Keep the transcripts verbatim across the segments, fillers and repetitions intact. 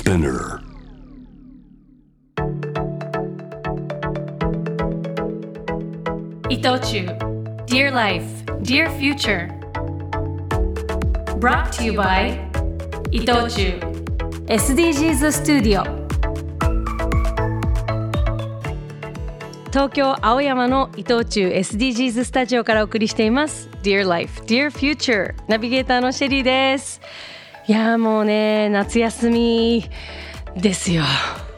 Spinner. Itochu, Dear Life, Dear Future. Brought to you by Itochuエスディージーズ Studio。東京青山の伊藤忠 エスディージーズ スタジオからお送りしています Dear Life, Dear Future。 ナビゲーターのシェリーです。いやもうね、夏休みですよ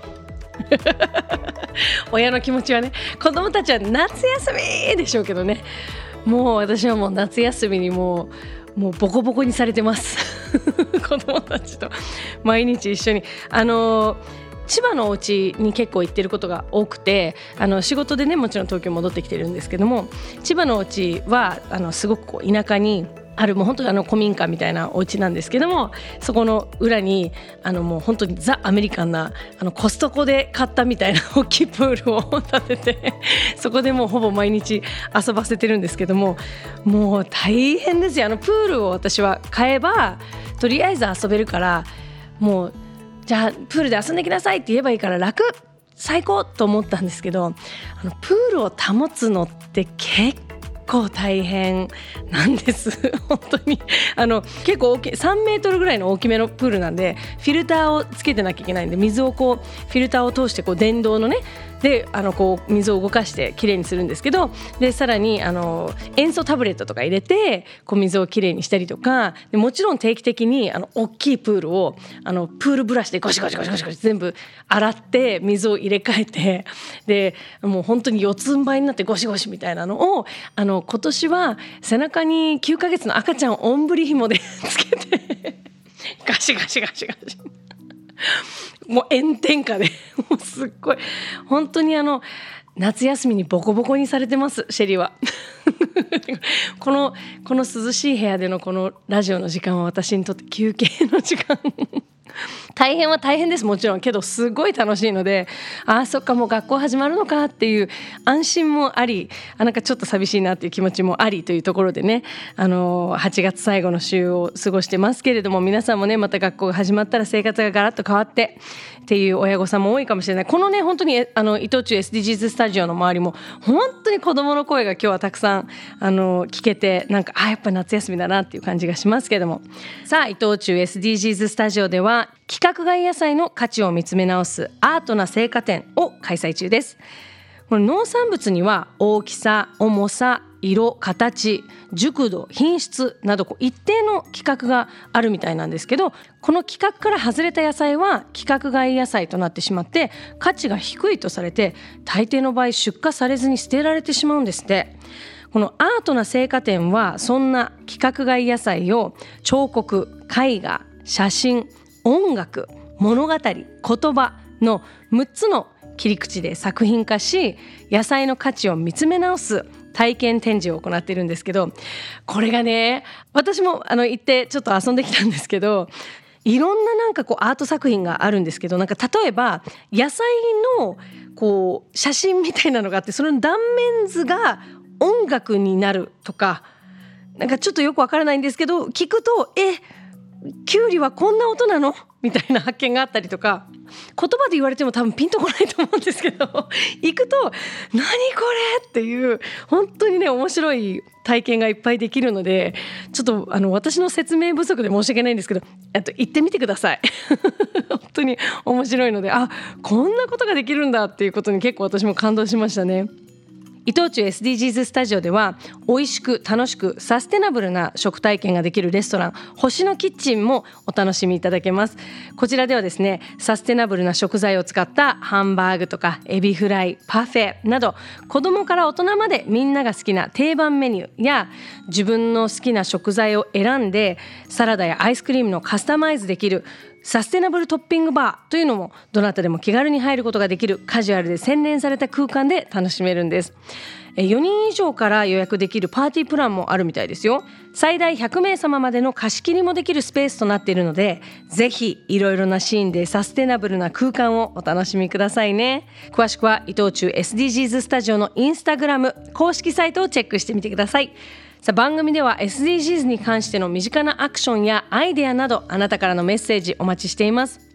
親の気持ちはね、子供たちは夏休みでしょうけどね、もう私はもう夏休みにもうもうボコボコにされてます子供たちと毎日一緒にあの千葉のお家に結構行ってることが多くて、あの仕事でねもちろん東京戻ってきてるんですけども、千葉のお家はあのすごくこう田舎にあるもう本当にあの古民家みたいなお家なんですけども、そこの裏にあのもう本当にザ・アメリカンなあのコストコで買ったみたいな大きいプールを建ててそこでもうほぼ毎日遊ばせてるんですけども、もう大変ですよ。あのプールを私は買えばとりあえず遊べるから、もうじゃあプールで遊んできなさいって言えばいいから楽、最高と思ったんですけど、あのプールを保つのって結構結構大変なんです本当にあの結構大きいさんメートルぐらいの大きめのプールなんで、フィルターをつけてなきゃいけないんで、水をこうフィルターを通してこう電動のねであのこう水を動かしてきれいにするんですけど、でさらにあの塩素タブレットとか入れてこう水をきれいにしたりとかで、もちろん定期的にあの大きいプールをあのプールブラシでゴシゴシゴシゴシゴシ全部洗って水を入れ替えて、でもう本当に四つん這いになってゴシゴシみたいなのをあの今年は背中にきゅうかげつの赤ちゃんをおんぶり紐でつけてガシガシガシガシもう炎天下でもうすっごい本当にあの夏休みにボコボコにされてますシェリーはこのこの涼しい部屋でのこのラジオの時間は私にとって休憩の時間大変は大変です、もちろんけどすごい楽しいので、ああそっかもう学校始まるのかっていう安心もあり、あなんかちょっと寂しいなっていう気持ちもありというところでね、あのはちがつ最後の週を過ごしてますけれども、皆さんもねまた学校が始まったら生活がガラッと変わってっていう親御さんも多いかもしれない。このね本当にあの伊藤忠 エスディージーズ スタジオの周りも本当に子どもの声が今日はたくさんあの聞けて、なんかあやっぱ夏休みだなっていう感じがしますけども、さあ伊藤忠 エスディージーズ スタジオでは規格外野菜の価値を見つめ直すアートな青果展を開催中です。この農産物には大きさ、重さ、色、形、熟度、品質などこう一定の規格があるみたいなんですけど、この規格から外れた野菜は規格外野菜となってしまって価値が低いとされて、大抵の場合出荷されずに捨てられてしまうんですって。このアートな青果展はそんな規格外野菜を彫刻、絵画、写真、音楽、物語、言葉のむっつの切り口で作品化し、野菜の価値を見つめ直す体験展示を行っているんですけど、これがね私もあの行ってちょっと遊んできたんですけど、いろんななんかこうアート作品があるんですけど、なんか例えば野菜のこう写真みたいなのがあって、その断面図が音楽になるとか、なんかちょっとよくわからないんですけど、聞くとえキュウリはこんな音なのみたいな発見があったりとか、言葉で言われても多分ピンとこないと思うんですけど行くと何これっていう本当にね面白い体験がいっぱいできるので、ちょっとあの私の説明不足で申し訳ないんですけど、あと行ってみてください本当に面白いので、あこんなことができるんだっていうことに結構私も感動しましたね。伊藤忠 エスディージーズ スタジオでは美味しく楽しくサステナブルな食体験ができるレストラン星のキッチンもお楽しみいただけます。こちらではですね、サステナブルな食材を使ったハンバーグとかエビフライ、パフェなど子供から大人までみんなが好きな定番メニューや自分の好きな食材を選んでサラダやアイスクリームのカスタマイズできるサステナブルトッピングバーというのもどなたでも気軽に入ることができるカジュアルで洗練された空間で楽しめるんです。よにん以上から予約できるパーティープランもあるみたいですよ。最大ひゃくめいさままでの貸し切りもできるスペースとなっているので、ぜひいろいろなシーンでサステナブルな空間をお楽しみくださいね。詳しくは伊藤忠 エスディージーズ スタジオのインスタグラム公式サイトをチェックしてみてください。さあ番組では エスディージーズ に関しての身近なアクションやアイデアなどあなたからのメッセージお待ちしています。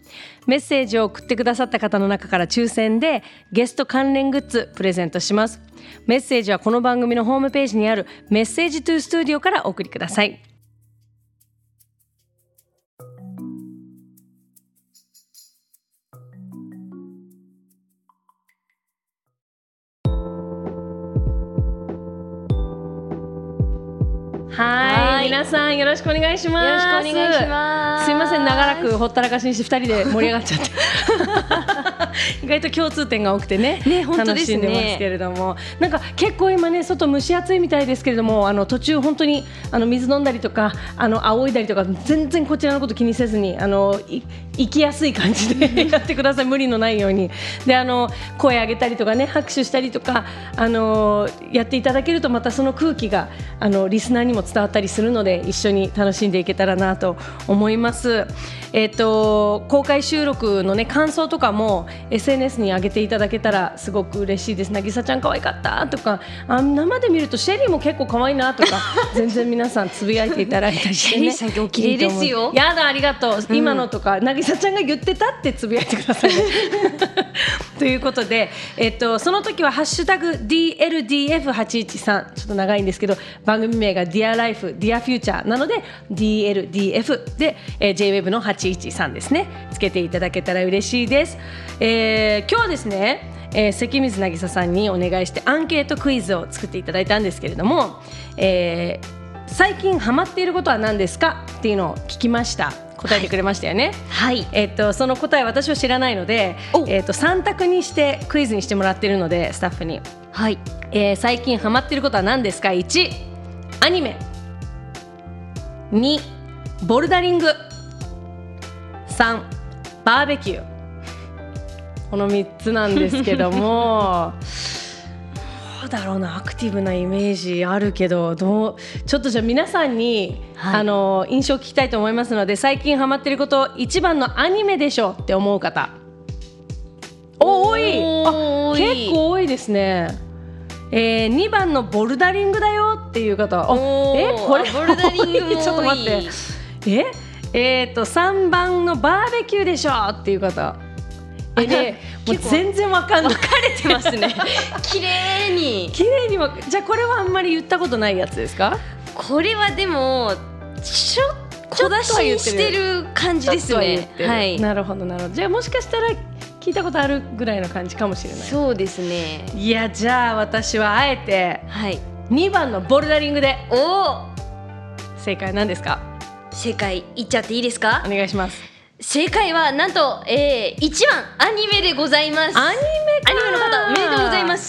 メッセージを送ってくださった方の中から抽選でゲスト関連グッズプレゼントします。メッセージはこの番組のホームページにあるメッセージトゥースタジオからお送りください。はい、皆さんよろしくお願いします。 よろしくお願いします。 すいません、長らくほったらかしにしてふたりで盛り上がっちゃって意外と共通点が多くて ね, ね本当ですね、楽しんでますけれども、なんか結構今ね外蒸し暑いみたいですけれども、あの途中本当にあの水飲んだりとかあの仰いだりとか全然こちらのこと気にせずにあの生きやすい感じでやってください。無理のないようにで、あの声上げたりとかね、拍手したりとかあのやっていただけると、またその空気があのリスナーにも伝わったりするので、一緒に楽しんでいけたらなと思います。えーと、公開収録の、ね、感想とかも エスエヌエス に上げていただけたらすごく嬉しいです。なぎさちゃん可愛かったとか、あ生で見るとシェリーも結構可愛いなとか全然皆さんつぶやいていただいたりしてねシェリーさんお綺麗ですよ。 やだありがとう、うん、今のとかなぎさちゃんが言ってたってつぶやいてくださいねということで、えっと、その時はハッシュタグ ディーエルディーエフはちいちさん ちょっと長いんですけど、番組名が DearLife DearFuture なので ディーエルディーエフ で、えー、ジェイウェブ のはちいちさんですね、つけていただけたら嬉しいです。えー、今日はですね、えー、関水渚さんにお願いしてアンケートクイズを作っていただいたんですけれども、えー、最近ハマっていることは何ですかっていうのを聞きました。答えてくれましたよね。 はい、 えー、とその答え私は知らないので、えー、とさん択にしてクイズにしてもらっているので、スタッフに、 はいえー、最近ハマっていることは何ですか。いちアニメ、にボルダリング、さんバーベキュー、このみっつなんですけどもどうだろうな、アクティブなイメージあるけど、どうちょっとじゃあ皆さんに、はい、あの印象を聞きたいと思いますので、最近ハマっていることいちばんのアニメでしょって思う方、お多い、あ結構多いですね。えー、にばんのボルダリングだよっていう方、えこれボルダリングも多いちょっと待って、ええー、とさんばんのバーベキューでしょっていう方、えね、もう全然わかんない、 分かれてますね綺麗に綺麗にわじゃあこれはあんまり言ったことないやつですか。 これはでもちょっと小出ししてる感じですね。はい、 なるほどなるほど。じゃあもしかしたら聞いたことあるぐらいの感じかもしれない。 そうですね。 いやじゃあ私はあえて、 はい、 にばんのボルダリングで。 お正解何ですか。 正解言っちゃっていいですか。 お願いします。 正解はなんと、えー、いちばんアニメでございます。 アニメか。 アニメの方おめでとうございます。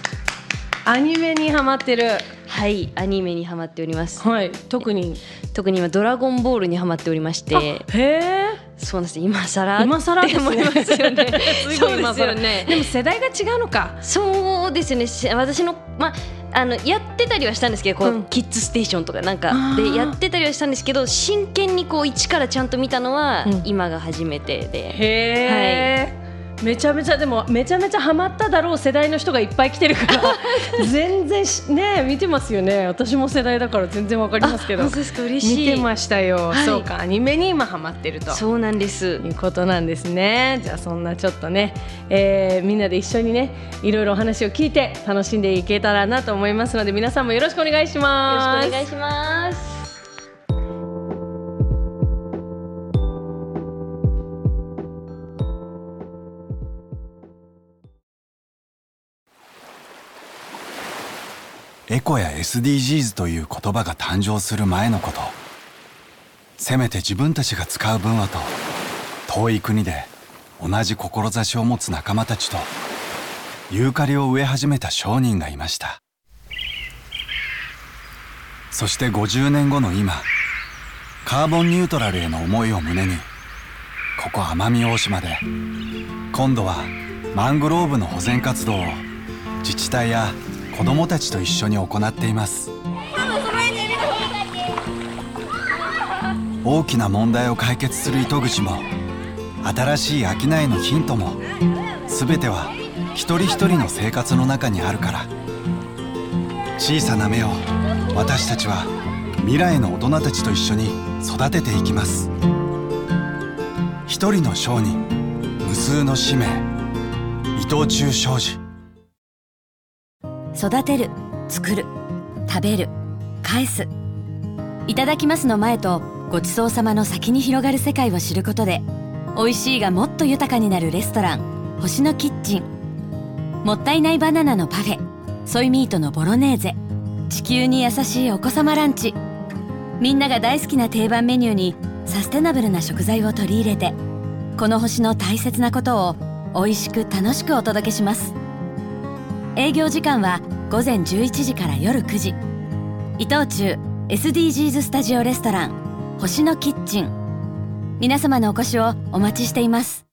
アニメにハマってる。 はい、アニメにハマっております。 はい、特に特に今ドラゴンボールにハマっておりまして。 へえ。 そうなんです。今更今更って思いますよねそうですよね。 でも世代が違うのか。 そうですよね。私のまああのやってたりはしたんですけど、こう、うん、キッズステーションとかなんかでやってたりはしたんですけど、真剣にこう一からちゃんと見たのは今が初めてで、 うん、へー、はい、めちゃめちゃでもめちゃめちゃハマっただろう世代の人がいっぱい来てるから全然ね見てますよね。私も世代だから全然わかりますけど。 本当ですか。嬉しい。 見てましたよ、はい、そうか、アニメに今ハマってると。 そうなんです。 いうことなんですね。じゃあそんなちょっとね、えー、みんなで一緒にねいろいろお話を聞いて楽しんでいけたらなと思いますので、皆さんもよろしくお願いします。 よろしくお願いします。 エコや エスディージーズ という言葉が誕生する前のこと、せめて自分たちが使う分はと遠い国で同じ志を持つ仲間たちとユーカリを植え始めた商人がいました。そしてごじゅうねんごの今、カーボンニュートラルへの思いを胸に、ここ奄美大島で今度はマングローブの保全活動を自治体や子どもたちと一緒に行っています。大きな問題を解決する糸口も新しい商いのヒントも、全ては一人一人の生活の中にあるから。小さな芽を私たちは未来の大人たちと一緒に育てていきます。 一人の商人、無数の使命。伊藤忠商事。 育てる、作る、食べる、返す。いただきますの前とごちそうさまの先に広がる世界を知ることで、美味しいがもっと豊かになるレストラン星のキッチン。もったいないバナナのパフェ、ソイミートのボロネーゼ、地球に優しいお子様ランチ。みんなが大好きな定番メニューにサステナブルな食材を取り入れて、この星の大切なことを美味しく楽しくお届けします。営業時間はごぜんじゅういちじから夜くじ。伊藤忠 エスディージーズ スタジオレストラン星のキッチン。皆様のお越しをお待ちしています。